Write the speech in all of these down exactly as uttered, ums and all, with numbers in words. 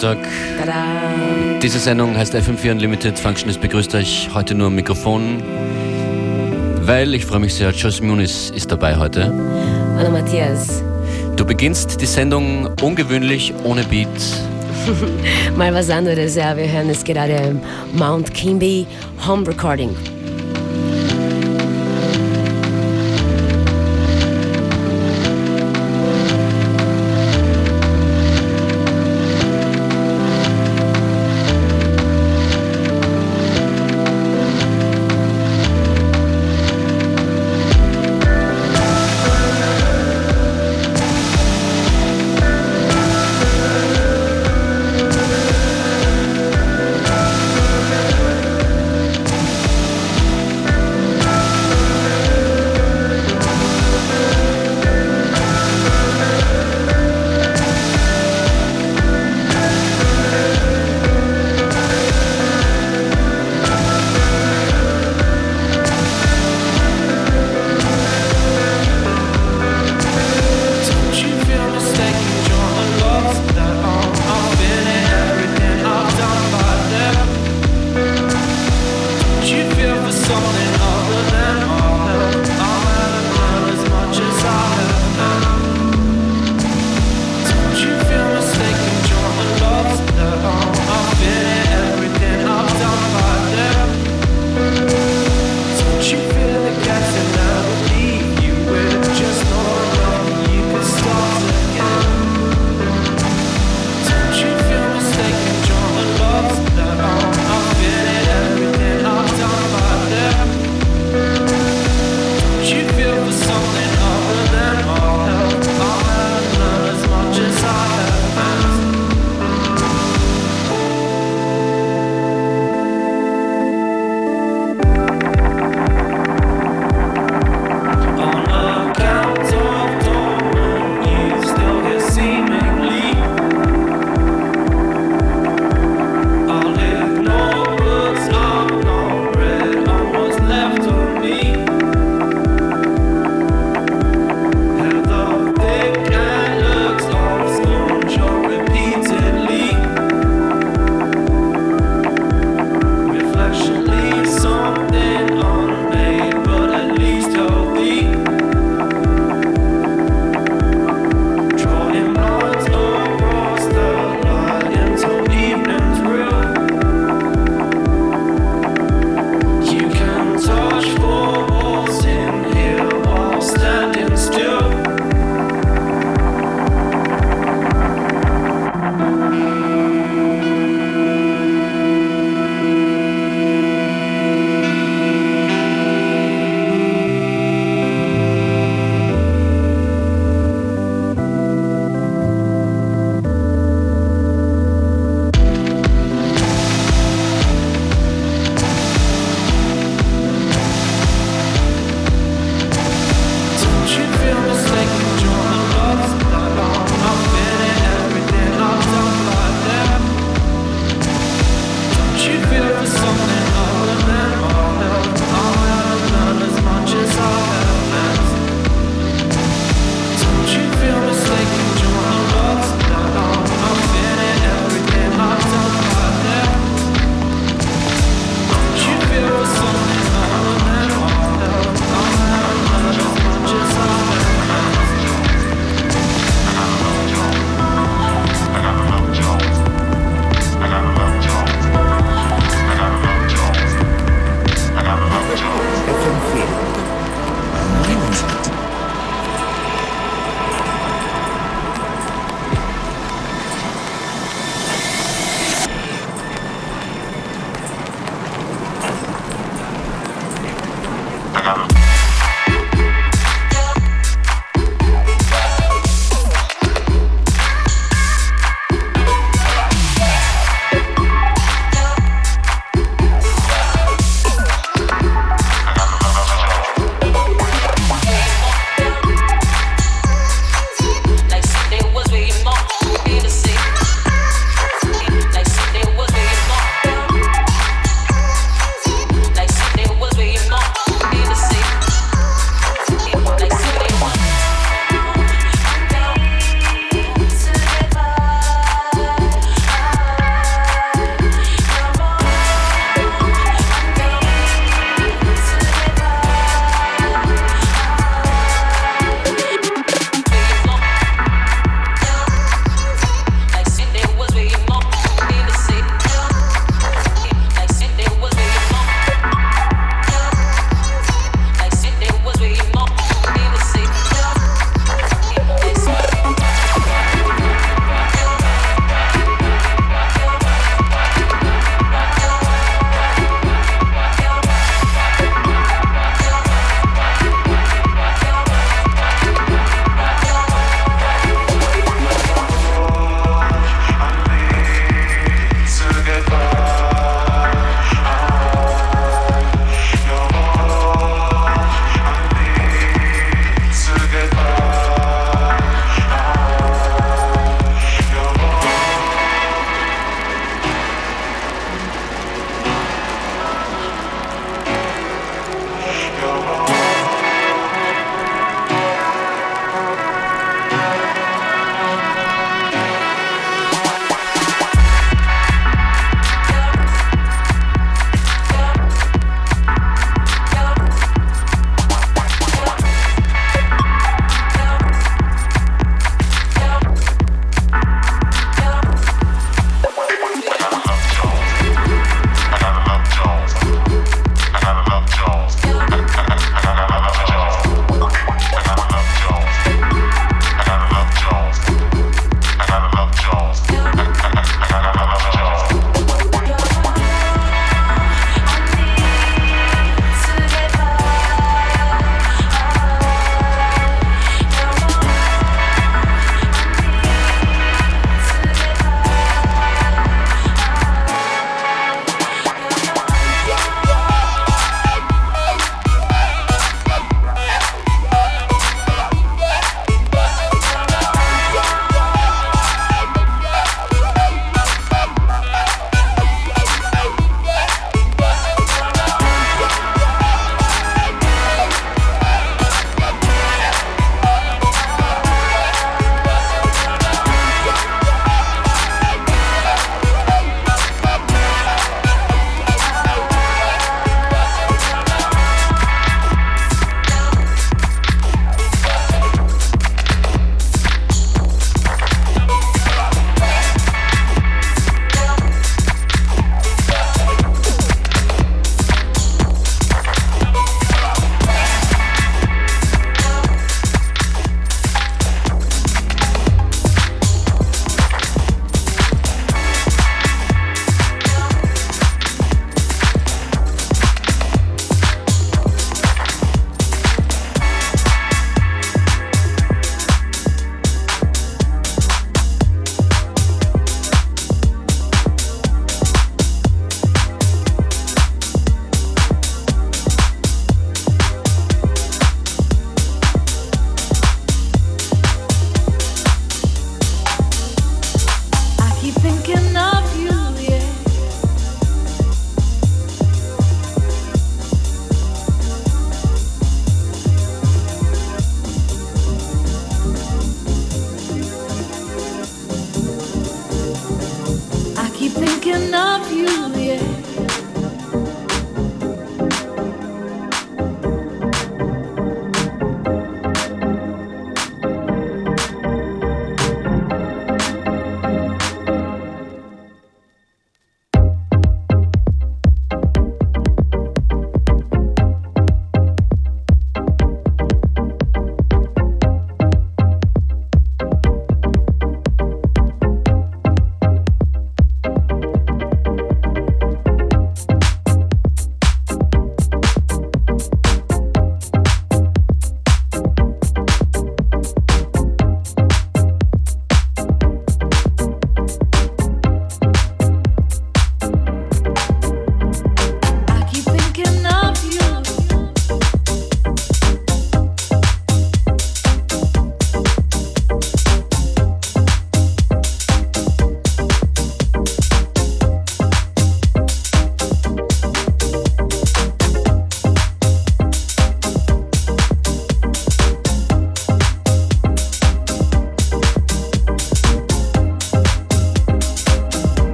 Nachmittag. Tada! Diese Sendung heißt F M vier Unlimited. Functionist begrüßt euch heute nur am Mikrofon, weil ich freue mich sehr, Joss Muniz ist dabei heute. Hallo Matthias. Du beginnst die Sendung ungewöhnlich ohne Beat. Mal was anderes, ja, wir hören jetzt gerade Mount Kimby Home Recording.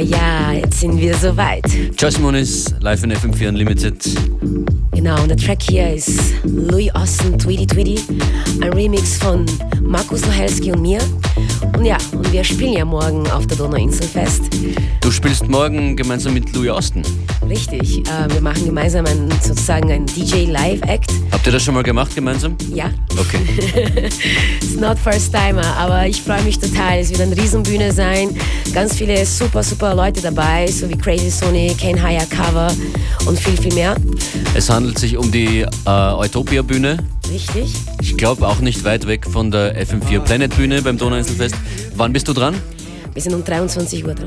ja, jetzt sind wir soweit. Joyce Muniz, live in F M vier Unlimited. Genau, und der Track hier ist Louis Austin, Tweety Tweety, ein Remix von Markus Nohelski und mir. Und ja, und wir spielen ja morgen auf der Donauinselfest. Du spielst morgen gemeinsam mit Louis Austin. Richtig, äh, wir machen gemeinsam einen, sozusagen einen D J-Live-Act. Habt ihr das schon mal gemacht gemeinsam? Ja. Okay. It's not first timer, aber ich freue mich total. Es wird eine Riesenbühne sein, ganz viele super, super Leute dabei, so wie Crazy Sonic, Ken Hayakawa und viel, viel mehr. Es handelt sich um die äh, Utopia-Bühne. Richtig. Ich glaube auch nicht weit weg von der F M vier Planet-Bühne beim Donauinselfest. Wann bist du dran? Wir sind um dreiundzwanzig Uhr dran.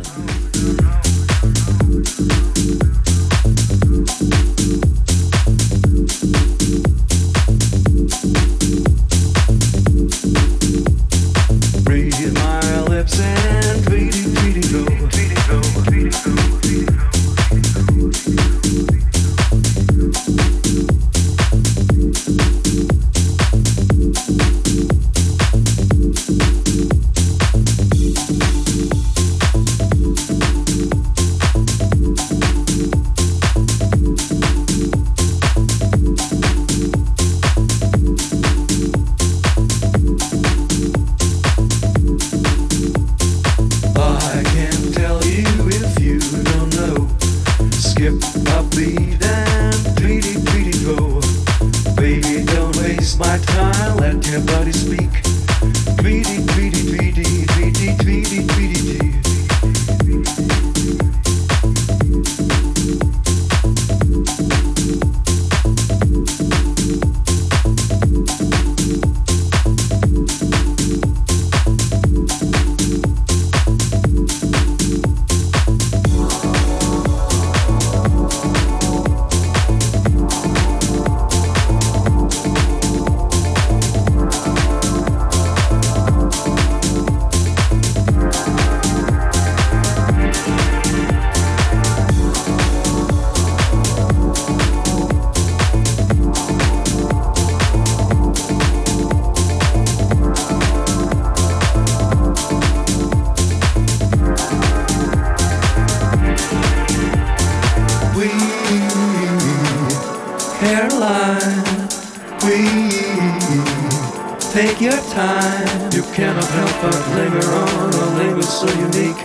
Take your time, you cannot help but linger on a label so unique.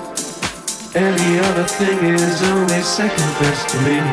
Any other thing is only second best to me.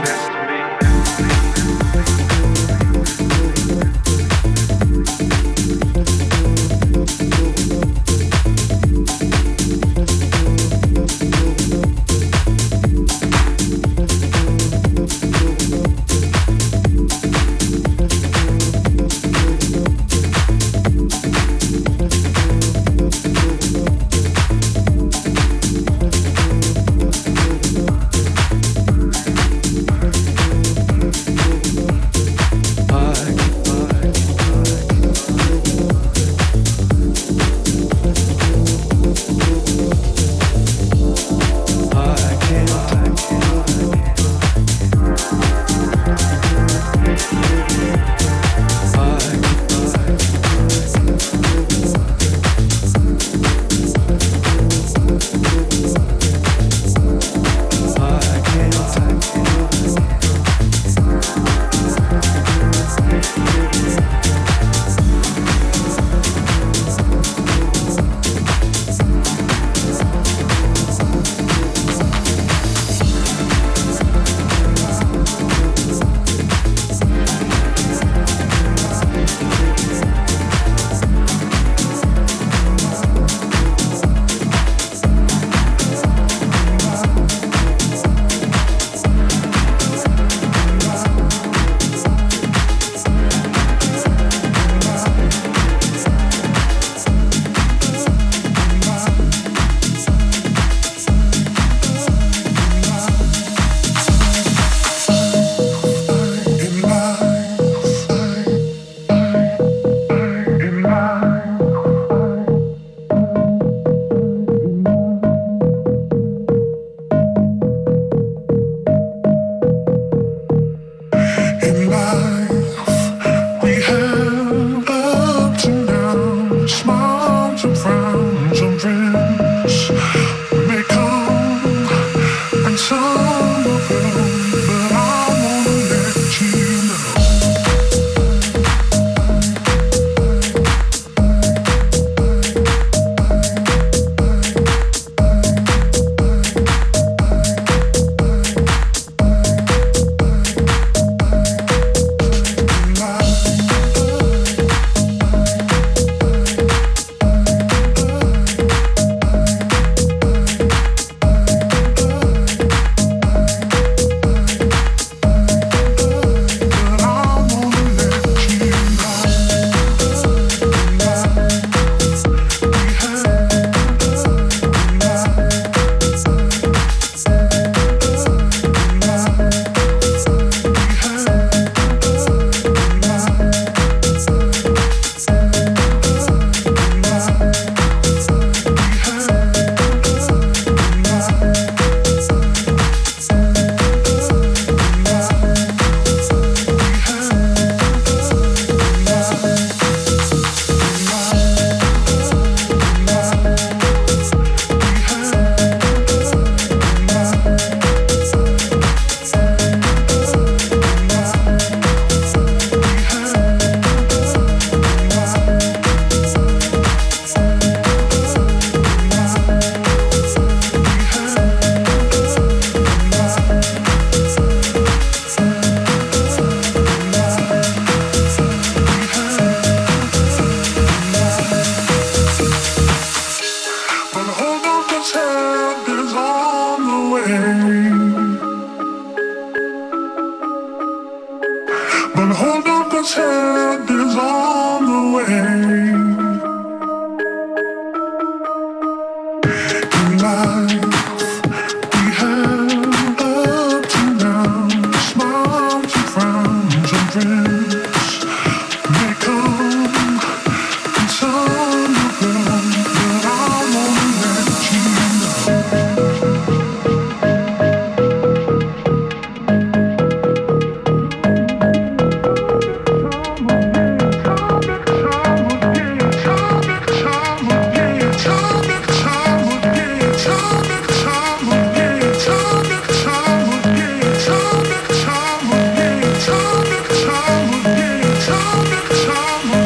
'cause help is on the way. In life we have up to now, smiles and frowns and dreams may come and some will go, but I wanna let you time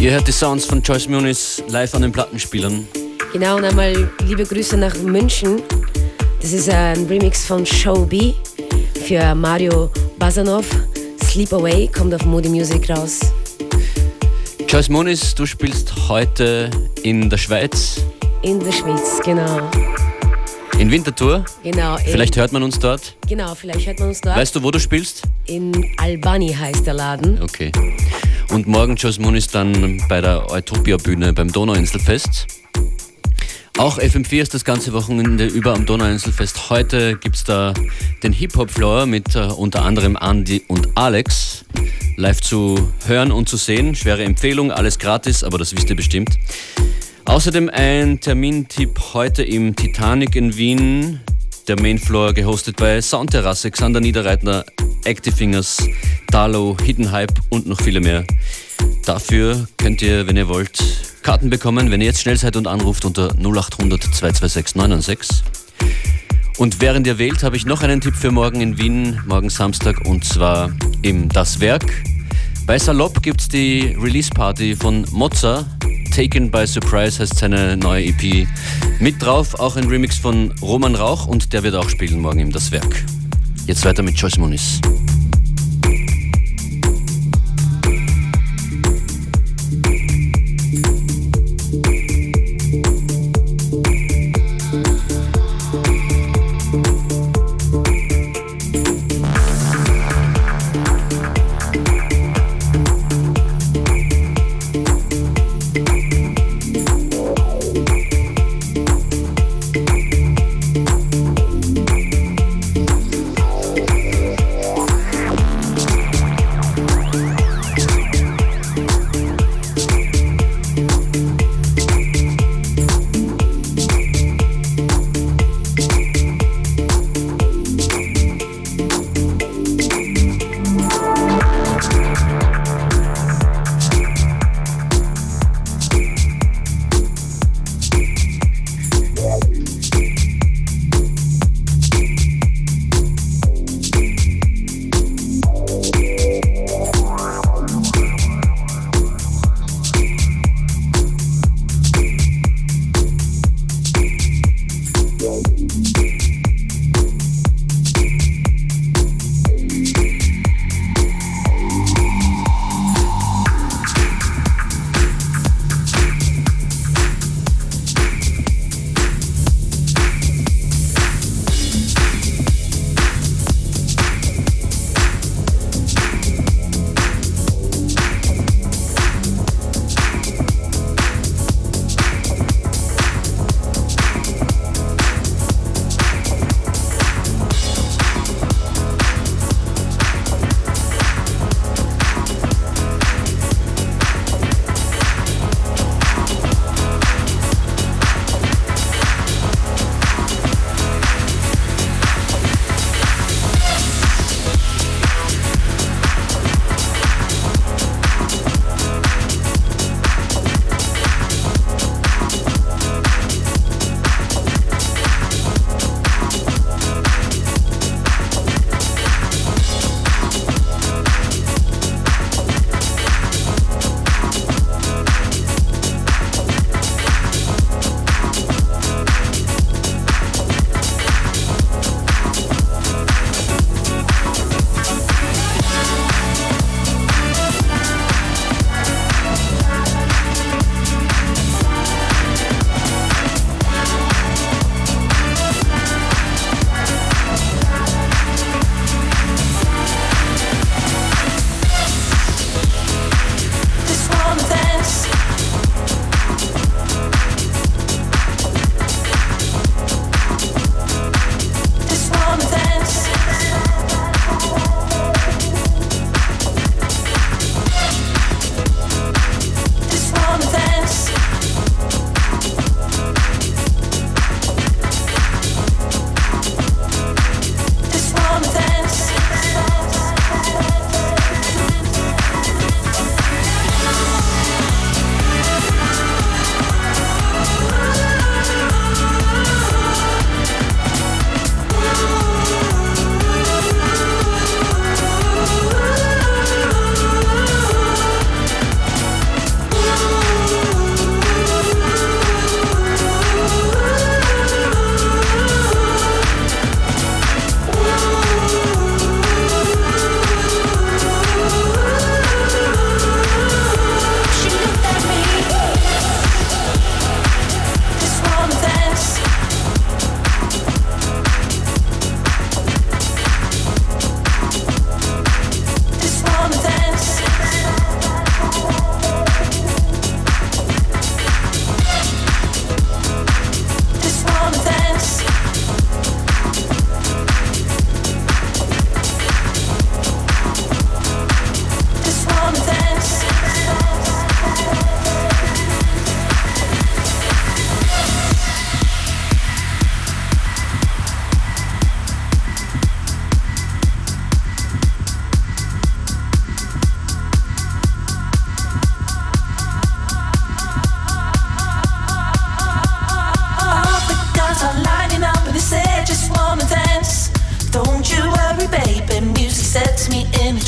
Ihr hört die Sounds von Joyce Muniz live an den Plattenspielern. Genau, und einmal liebe Grüße nach München. Das ist ein Remix von Show B für Mario Bazanov. Sleep Away kommt auf Moody Music raus. Joyce Muniz, du spielst heute in der Schweiz. In der Schweiz, genau. In Winterthur? Genau. Vielleicht hört man uns dort? Genau, vielleicht hört man uns dort. Weißt du, wo du spielst? In Albany heißt der Laden. Okay. Und morgen Joyce Muniz dann bei der Utopia-Bühne beim Donauinselfest. Auch F M vier ist das ganze Wochenende über am Donauinselfest. Heute gibt es da den Hip-Hop-Floor mit uh, unter anderem Andy und Alex. Live zu hören und zu sehen. Schwere Empfehlung, alles gratis, aber das wisst ihr bestimmt. Außerdem ein Termintipp heute im Titanic in Wien. Der Mainfloor gehostet bei Soundterrasse, Xander Niederreitner, Active Fingers, Darlow, Hidden Hype und noch viele mehr. Dafür könnt ihr, wenn ihr wollt, Karten bekommen, wenn ihr jetzt schnell seid und anruft unter null acht hundert zwei zwei sechs neun sechs. Und während ihr wählt, habe ich noch einen Tipp für morgen in Wien, morgen Samstag, und zwar im Das Werk. Bei Salopp gibt es die Release-Party von Mozza. Taken by Surprise heißt seine neue E P. Mit drauf auch ein Remix von Roman Rauch und der wird auch spielen morgen im Das Werk. Jetzt weiter mit Joyce Muniz.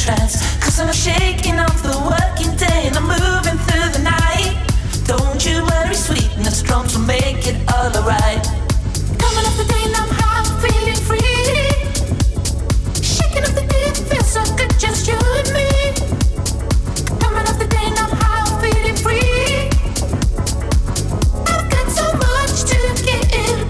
trance. Cause I'm shaking off the working day and I'm moving through the night. Don't you worry, sweetness drums will make it all alright. Coming up the day and I'm high, feeling free. Shaking up the day, feels so good, just you and me. Coming up the day and I'm high, feeling free. I've got so much to give.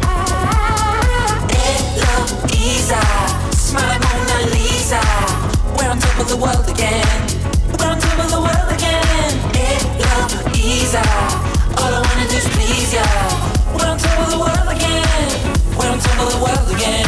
Eloisa, smile like Mona Lisa. We're on top of the world again. We're on top of the world again. Eloisa, all I wanna do is please ya. We're on top of the world again. We're on top of the world again.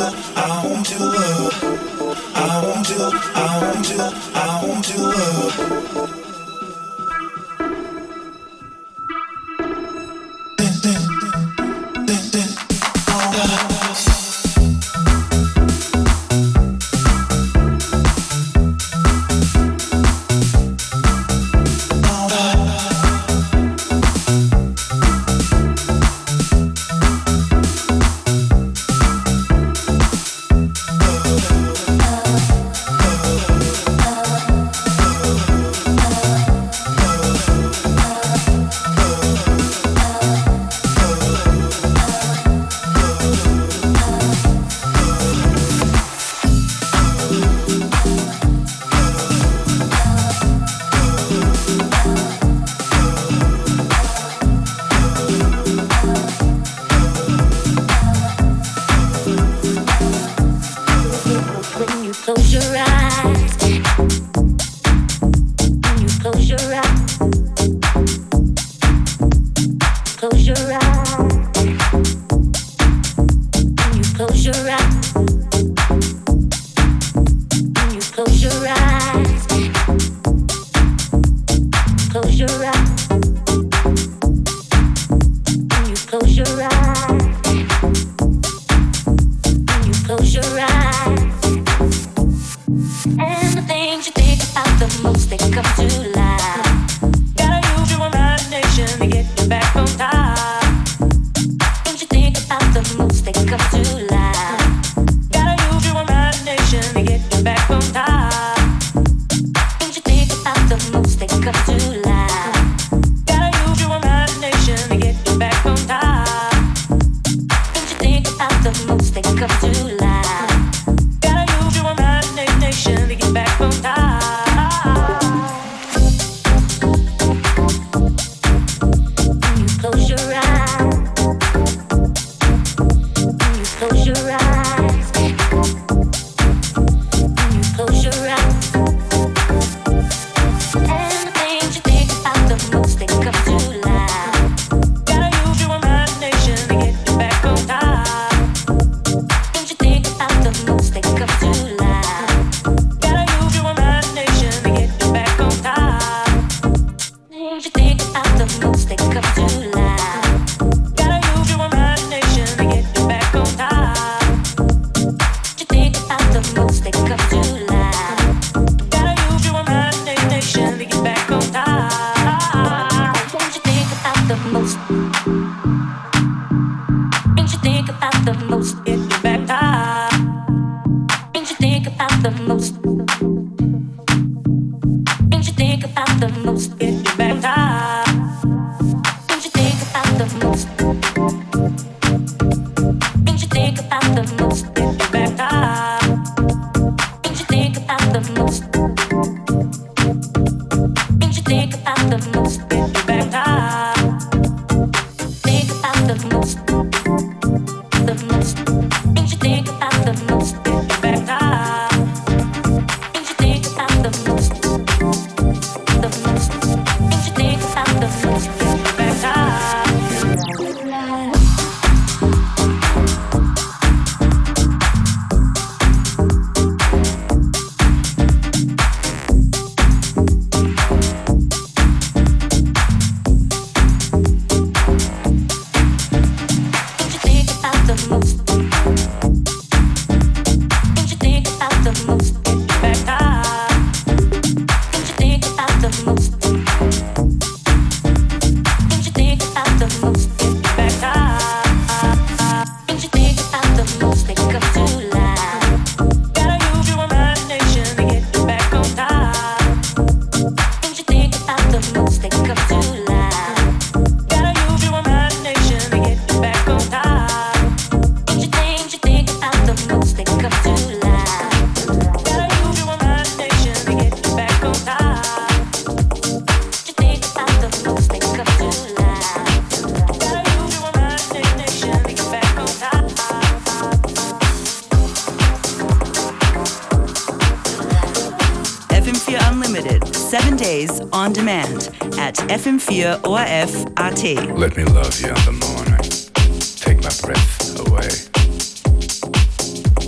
seven days on demand at F M four O R F dot A T. Let me love you in the morning. Take my breath away.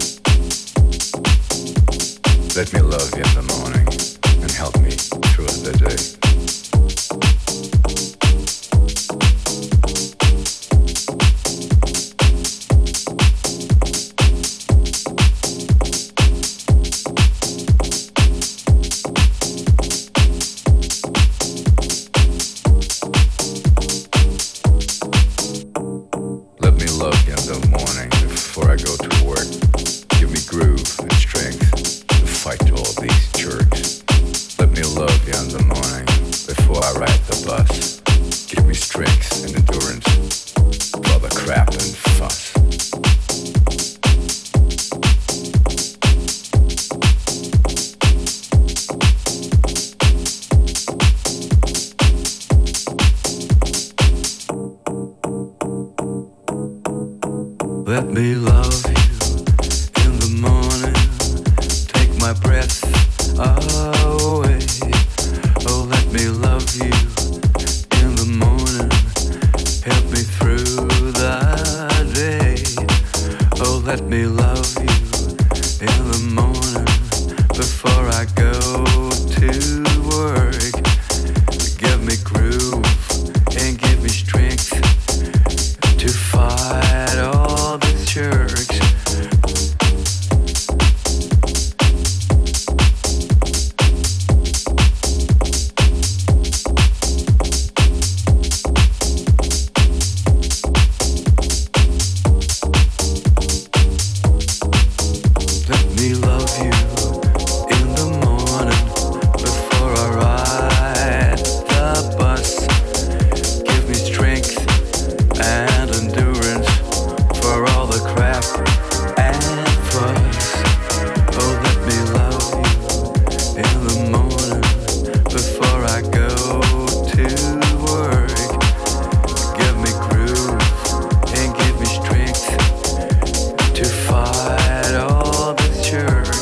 Let me love you in the morning and help me through the day. Let me love you in the morning before I go to work. Give me groove and strength to fight all these jerks. Let me love you in the morning before I ride the bus. Give me strength and endurance for the crap and fuss. Let me love you in the morning, take my breath away. Oh, let me love you in the morning, help me through the day. Oh, let me love you in the morning before I go to work. Give me groove and give me strength to fight all these jerks. Let me love you in the morning before I ride the bus. Give me strength and endurance for all the crap and fuss. Oh, let me love you in the morning before I go to work. Give me groove and give me strength to fight all these jerks.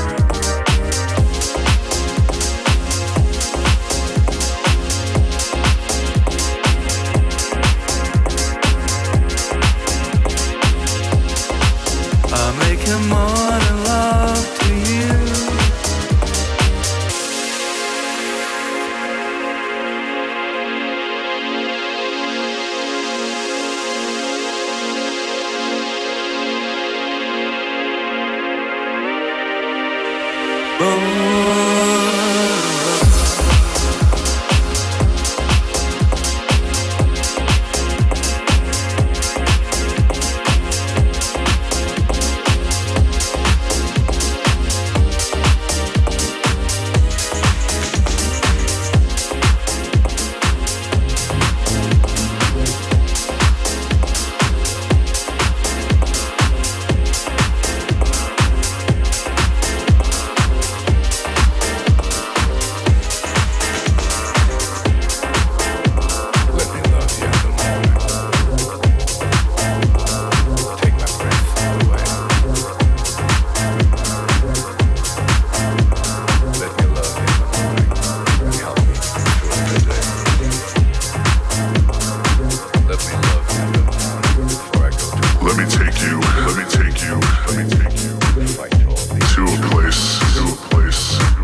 I'm making more than love to you. Let me love you in the morning. Take my breath away. Let me love you in the morning and help me through the day. Let me love you in the morning before I go to work. Let me take you, let me take you, let me take you Fight all these to a place, to a place.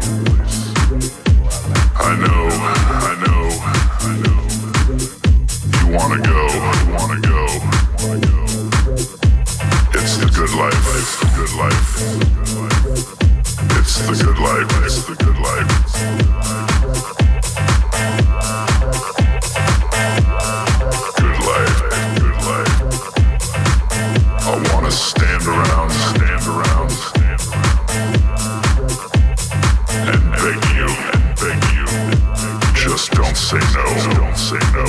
I know, I know, I know. You wanna go, you wanna go, wanna go. It's the good life, it's the good life. It's the good life, it's the good life. Good life, good life. I wanna stand around, stand around, stand around, and beg you, and beg you, just don't say no, don't say no.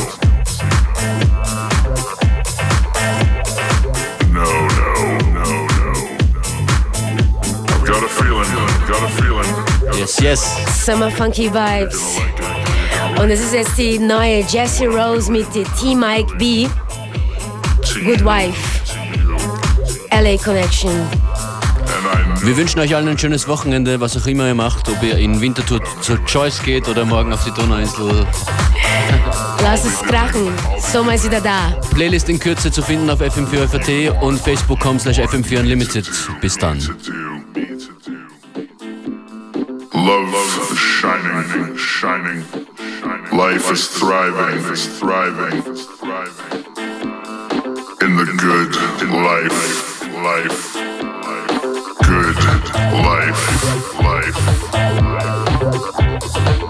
No, no, no, no. I've got a feeling, got a feeling. Yes, yes. Summer Funky Vibes. Like it. Und es ist jetzt die neue Jessie Rose mit T Mike B. Good Wife. L A Connection. And I Wir wünschen euch allen ein schönes Wochenende, was auch immer ihr macht, ob ihr in Winterthur zur Choice geht oder morgen auf die Donauinsel. Lass es krachen. Sommer ist wieder da. Playlist in Kürze zu finden auf f m vier punkt at und facebook punkt com slash f m vier unlimited. Bis dann. to do, me to do. Love is shining, shining. Life is thriving, is thriving. In the good life, life. Good life, life.